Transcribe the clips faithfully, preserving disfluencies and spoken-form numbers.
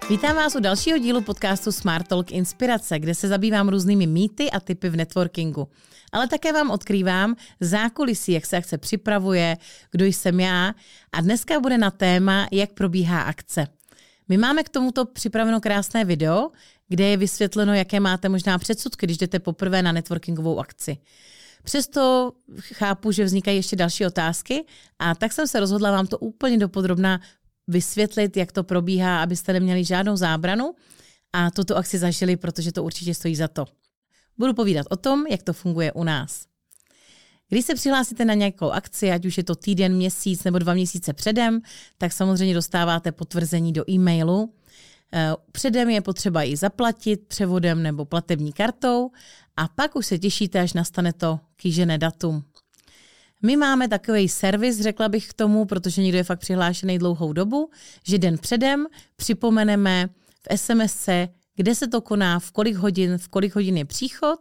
Vítám vás u dalšího dílu podcastu Smart Talk Inspirace, kde se zabývám různými mýty a tipy v networkingu. Ale také vám odkrývám zákulisí, jak se akce připravuje, kdo jsem já a dneska bude na téma, jak probíhá akce. My máme k tomuto připraveno krásné video, kde je vysvětleno, jaké máte možná předsudky, když jdete poprvé na networkingovou akci. Přesto chápu, že vznikají ještě další otázky a tak jsem se rozhodla vám to úplně dopodrobna vysvětlit, jak to probíhá, abyste neměli žádnou zábranu a tuto akci zažili, protože to určitě stojí za to. Budu povídat o tom, jak to funguje u nás. Když se přihlásíte na nějakou akci, ať už je to týden, měsíc nebo dva měsíce předem, tak samozřejmě dostáváte potvrzení do e-mailu. Předem je potřeba ji zaplatit převodem nebo platební kartou a pak už se těšíte, až nastane to kýžené datum. My máme takový servis, řekla bych k tomu, protože někdo je fakt přihlášený dlouhou dobu, že den předem připomeneme v es em esce, kde se to koná, v kolik hodin, v kolik hodin je příchod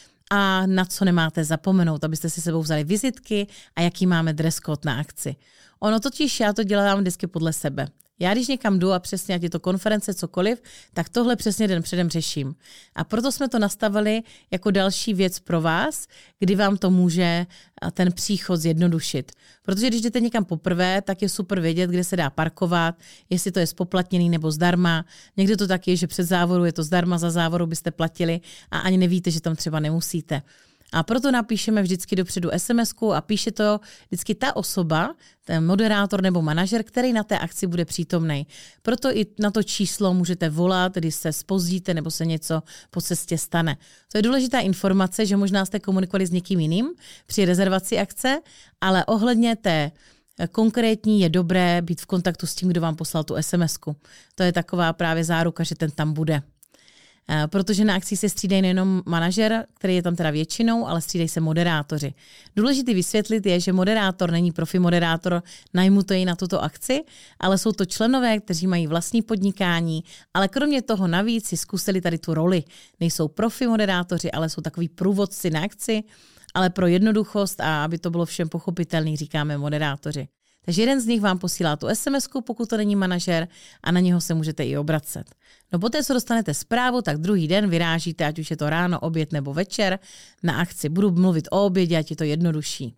a na co nemáte zapomenout, abyste si sebou vzali vizitky a jaký máme dress code na akci. Ono totiž, já to dělám vždycky podle sebe. Já když někam jdu a přesně, ať je to konference, cokoliv, tak tohle přesně den předem řeším. A proto jsme to nastavili jako další věc pro vás, kdy vám to může ten příchod zjednodušit. Protože když jdete někam poprvé, tak je super vědět, kde se dá parkovat, jestli to je spoplatněný nebo zdarma. Někde to tak je, že před závorou je to zdarma, za závorou byste platili a ani nevíte, že tam třeba nemusíte. A proto napíšeme vždycky dopředu es em esku a píše to vždycky ta osoba, ten moderátor nebo manažer, který na té akci bude přítomnej. Proto i na to číslo můžete volat, když se zpozdíte nebo se něco po cestě stane. To je důležitá informace, že možná jste komunikovali s někým jiným při rezervaci akce, ale ohledně té konkrétní je dobré být v kontaktu s tím, kdo vám poslal tu es em esku. To je taková právě záruka, že ten tam bude. Protože na akci se střídají nejenom manažer, který je tam teda většinou, ale střídají se moderátoři. Důležité vysvětlit je, že moderátor není profi moderátor najmutý na tuto akci, ale jsou to členové, kteří mají vlastní podnikání, ale kromě toho navíc si zkusili tady tu roli. Nejsou profi moderátoři, ale jsou takový průvodci na akci, ale pro jednoduchost a aby to bylo všem pochopitelný, říkáme moderátoři. Takže jeden z nich vám posílá tu es em esku, pokud to není manažer, a na něho se můžete i obracet. No poté, co dostanete zprávu, tak druhý den vyrážíte, ať už je to ráno, oběd nebo večer, na akci. Budu mluvit o obědě, ať je to jednodušší.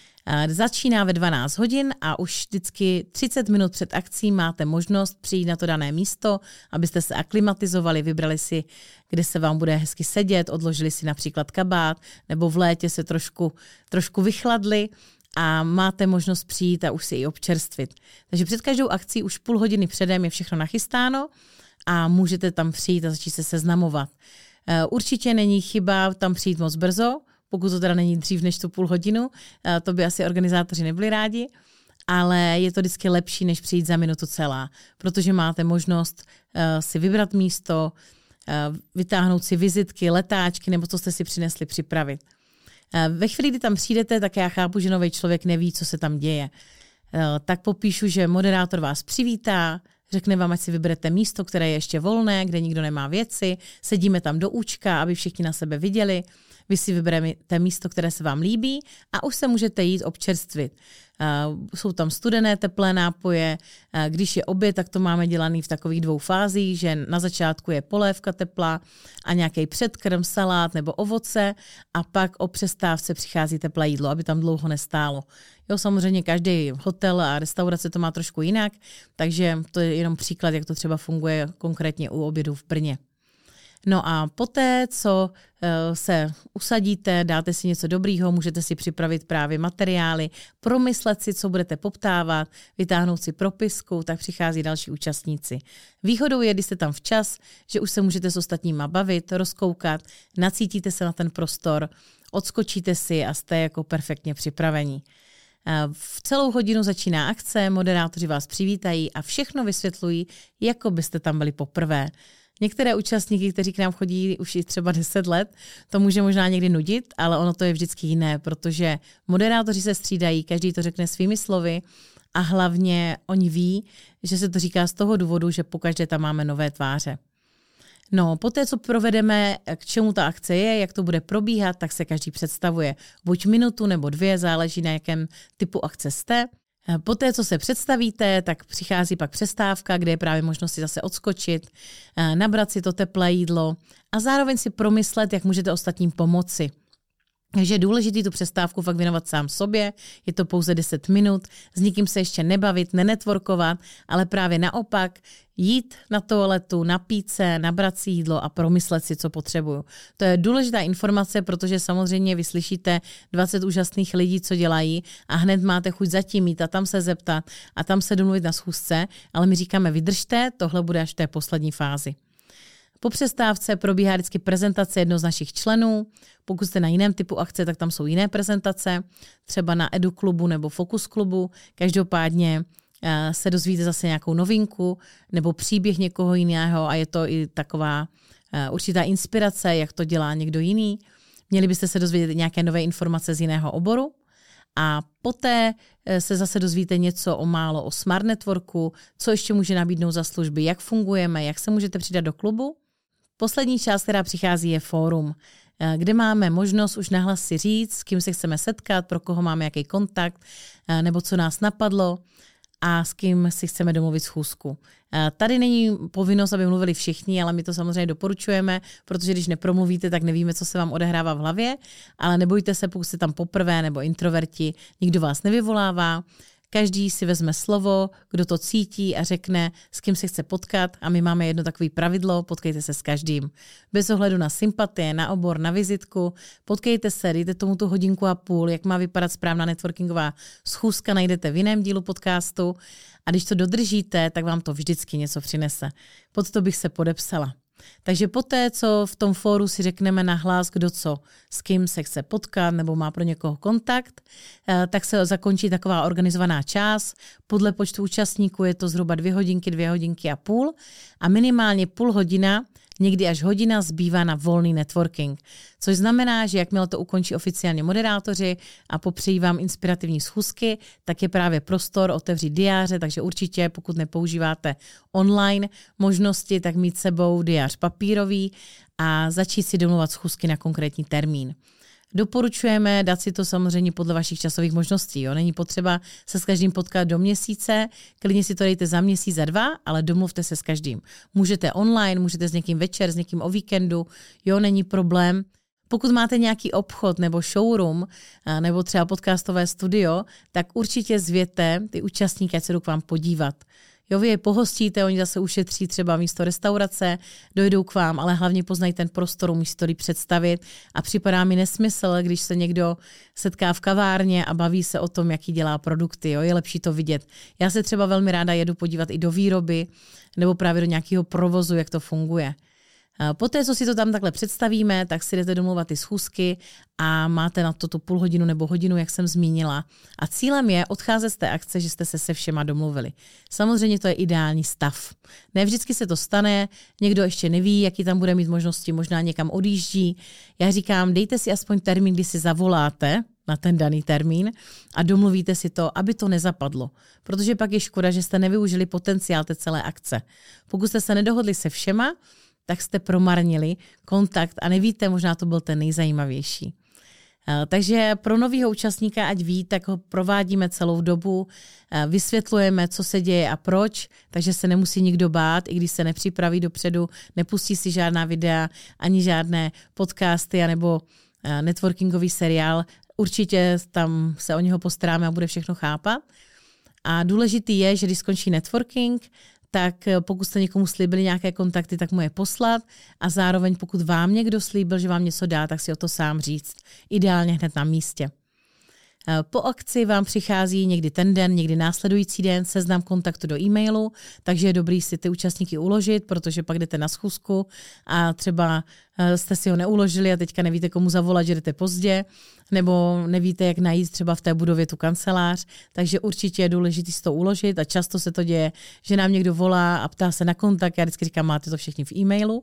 Začíná ve dvanáct hodin a už vždycky třicet minut před akcí máte možnost přijít na to dané místo, abyste se aklimatizovali, vybrali si, kde se vám bude hezky sedět, odložili si například kabát, nebo v létě se trošku, trošku vychladli, a máte možnost přijít a už si i občerstvit. Takže před každou akcí už půl hodiny předem je všechno nachystáno a můžete tam přijít a začít se seznamovat. Určitě není chyba tam přijít moc brzo, pokud to teda není dřív než tu půl hodinu, to by asi organizátoři nebyli rádi, ale je to vždycky lepší, než přijít za minutu celá, protože máte možnost si vybrat místo, vytáhnout si vizitky, letáčky nebo co jste si přinesli připravit. Ve chvíli, kdy tam přijdete, tak já chápu, že nový člověk neví, co se tam děje. Tak popíšu, že moderátor vás přivítá, řekne vám, ať si vyberete místo, které je ještě volné, kde nikdo nemá věci, sedíme tam do účka, aby všichni na sebe viděli. Vy si vyberete místo, které se vám líbí a už se můžete jít občerstvit. Jsou tam studené, teplé nápoje. Když je oběd, tak to máme dělaný v takových dvou fázích, že na začátku je polévka teplá a nějaký předkrm, salát nebo ovoce a pak o přestávce přichází teplé jídlo, aby tam dlouho nestálo. Jo, samozřejmě každý hotel a restaurace to má trošku jinak, takže to je jenom příklad, jak to třeba funguje konkrétně u obědu v Brně. No a poté, co se usadíte, dáte si něco dobrýho, můžete si připravit právě materiály, promyslet si, co budete poptávat, vytáhnout si propisku, tak přichází další účastníci. Výhodou je, když jste tam včas, že už se můžete s ostatníma bavit, rozkoukat, nacítíte se na ten prostor, odskočíte si a jste jako perfektně připravení. V celou hodinu začíná akce, moderátoři vás přivítají a všechno vysvětlují, jako byste tam byli poprvé. Některé účastníky, kteří k nám chodí už i třeba deset let, to může možná někdy nudit, ale ono to je vždycky jiné, protože moderátoři se střídají, každý to řekne svými slovy a hlavně oni ví, že se to říká z toho důvodu, že pokaždé tam máme nové tváře. No, poté, co provedeme, k čemu ta akce je, jak to bude probíhat, tak se každý představuje. Buď minutu nebo dvě, záleží na jakém typu akce jste. Poté, co se představíte, tak přichází pak přestávka, kde je právě možnost si zase odskočit, nabrat si to teplé jídlo a zároveň si promyslet, jak můžete ostatním pomoci. Takže je důležité tu přestávku fakt věnovat sám sobě, je to pouze deset minut, s nikým se ještě nebavit, nenetworkovat, ale právě naopak jít na toaletu, napít se, nabrat si jídlo a promyslet si, co potřebuju. To je důležitá informace, protože samozřejmě vy slyšíte dvacet úžasných lidí, co dělají a hned máte chuť zatím jít a tam se zeptat a tam se domluvit na schůzce, ale my říkáme vydržte, tohle bude až v té poslední fázi. Po přestávce probíhá vždycky prezentace jednoho z našich členů. Pokud jste na jiném typu akce, tak tam jsou jiné prezentace, třeba na Edu klubu nebo Focus klubu. Každopádně se dozvíte zase nějakou novinku nebo příběh někoho jiného a je to i taková určitá inspirace, jak to dělá někdo jiný. Měli byste se dozvědět nějaké nové informace z jiného oboru a poté se zase dozvíte něco o málo o Smart Networku, co ještě může nabídnout za služby, jak fungujeme, jak se můžete přidat do klubu. Poslední část, která přichází, je fórum, kde máme možnost už nahlas si říct, s kým se chceme setkat, pro koho máme jaký kontakt, nebo co nás napadlo a s kým si chceme domluvit schůzku. Tady není povinnost, aby mluvili všichni, ale my to samozřejmě doporučujeme, protože když nepromluvíte, tak nevíme, co se vám odehrává v hlavě, ale nebojte se, pokud jste tam poprvé nebo introverti, nikdo vás nevyvolává. Každý si vezme slovo, kdo to cítí a řekne, s kým se chce potkat a my máme jedno takové pravidlo, potkejte se s každým. Bez ohledu na sympatie, na obor, na vizitku, potkejte se, dejte tomu tu hodinku a půl, jak má vypadat správná networkingová schůzka, najdete v jiném dílu podcastu a když to dodržíte, tak vám to vždycky něco přinese. Pod to bych se podepsala. Takže poté, co v tom fóru si řekneme nahlas, kdo co, s kým se chce potkat nebo má pro někoho kontakt, tak se zakončí taková organizovaná část. Podle počtu účastníků je to zhruba dvě hodinky, dvě hodinky a půl a minimálně půl hodina, někdy až hodina zbývá na volný networking. Což znamená, že jakmile to ukončí oficiálně moderátoři a popřejí vám inspirativní schůzky, tak je právě prostor otevřít diáře, takže určitě, pokud nepoužíváte online možnosti, tak mít sebou diář papírový a začít si domluvat schůzky na konkrétní termín. Doporučujeme dát si to samozřejmě podle vašich časových možností. Jo? Není potřeba se s každým potkat do měsíce, klidně si to dejte za měsíc, za dva, ale domluvte se s každým. Můžete online, můžete s někým večer, s někým o víkendu, jo, není problém. Pokud máte nějaký obchod nebo showroom, nebo třeba podcastové studio, tak určitě zvěte ty účastníky, ať se jdou k vám podívat. Jo, vy je pohostíte, oni zase ušetří třeba místo restaurace, dojdou k vám, ale hlavně poznají ten prostor, umí si to líp představit a připadá mi nesmysl, když se někdo setká v kavárně a baví se o tom, jaký dělá produkty, jo, je lepší to vidět. Já se třeba velmi ráda jedu podívat i do výroby nebo právě do nějakého provozu, jak to funguje. Poté, co si to tam takhle představíme, tak si jdete domluvat ty schůzky a máte na to tu půl hodinu nebo hodinu, jak jsem zmínila. A cílem je odcházet z té akce, že jste se se všema domluvili. Samozřejmě to je ideální stav. Ne vždycky se to stane, někdo ještě neví, jaký tam bude mít možnosti, možná někam odjíždí. Já říkám, dejte si aspoň termín, kdy si zavoláte na ten daný termín a domluvíte si to, aby to nezapadlo. Protože pak je škoda, že jste nevyužili potenciál té celé akce. Pokud jste se nedohodli se všema, tak jste promarnili kontakt a nevíte, možná to byl ten nejzajímavější. Takže pro nového účastníka, ať ví, tak ho provádíme celou dobu, vysvětlujeme, co se děje a proč, takže se nemusí nikdo bát, i když se nepřipraví dopředu, nepustí si žádná videa, ani žádné podcasty, nebo networkingový seriál. Určitě tam se o něho postaráme a bude všechno chápat. A důležitý je, že když skončí networking, tak pokud jste někomu slíbili nějaké kontakty, tak mu je poslat a zároveň pokud vám někdo slíbil, že vám něco dá, tak si o to sám říct. Ideálně hned na místě. Po akci vám přichází někdy ten den, někdy následující den seznam kontaktu do e-mailu, takže je dobrý si ty účastníky uložit, protože pak jdete na schůzku a třeba jste si ho neuložili a teďka nevíte, komu zavolat, že jdete pozdě, nebo nevíte, jak najít třeba v té budově tu kancelář, takže určitě je důležité si to uložit a často se to děje, že nám někdo volá a ptá se na kontakt, já vždycky říkám, máte to všichni v e-mailu.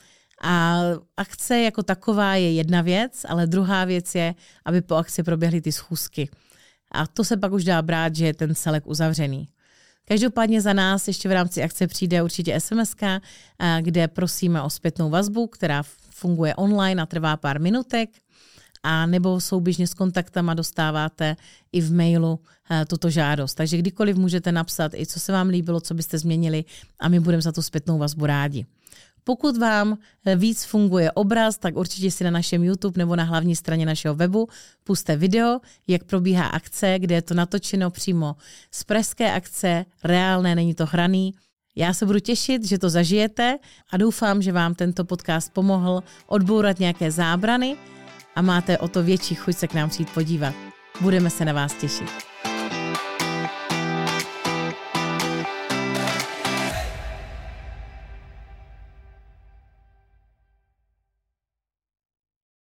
A akce jako taková je jedna věc, ale druhá věc je, aby po akci proběhly ty schůzky. A to se pak už dá brát, že je ten celek uzavřený. Každopádně za nás ještě v rámci akce přijde určitě es em eska, kde prosíme o zpětnou vazbu, která funguje online a trvá pár minutek. a nebo souběžně s kontaktama dostáváte i v mailu tuto žádost. Takže kdykoliv můžete napsat i co se vám líbilo, co byste změnili a my budeme za tu zpětnou vazbu rádi. Pokud vám víc funguje obraz, tak určitě si na našem YouTube nebo na hlavní straně našeho webu pusťte video, jak probíhá akce, kde je to natočeno přímo z pražské akce, reálné, není to hraný. Já se budu těšit, že to zažijete a doufám, že vám tento podcast pomohl odbourat nějaké zábrany a máte o to větší chuť se k nám přijít podívat. Budeme se na vás těšit.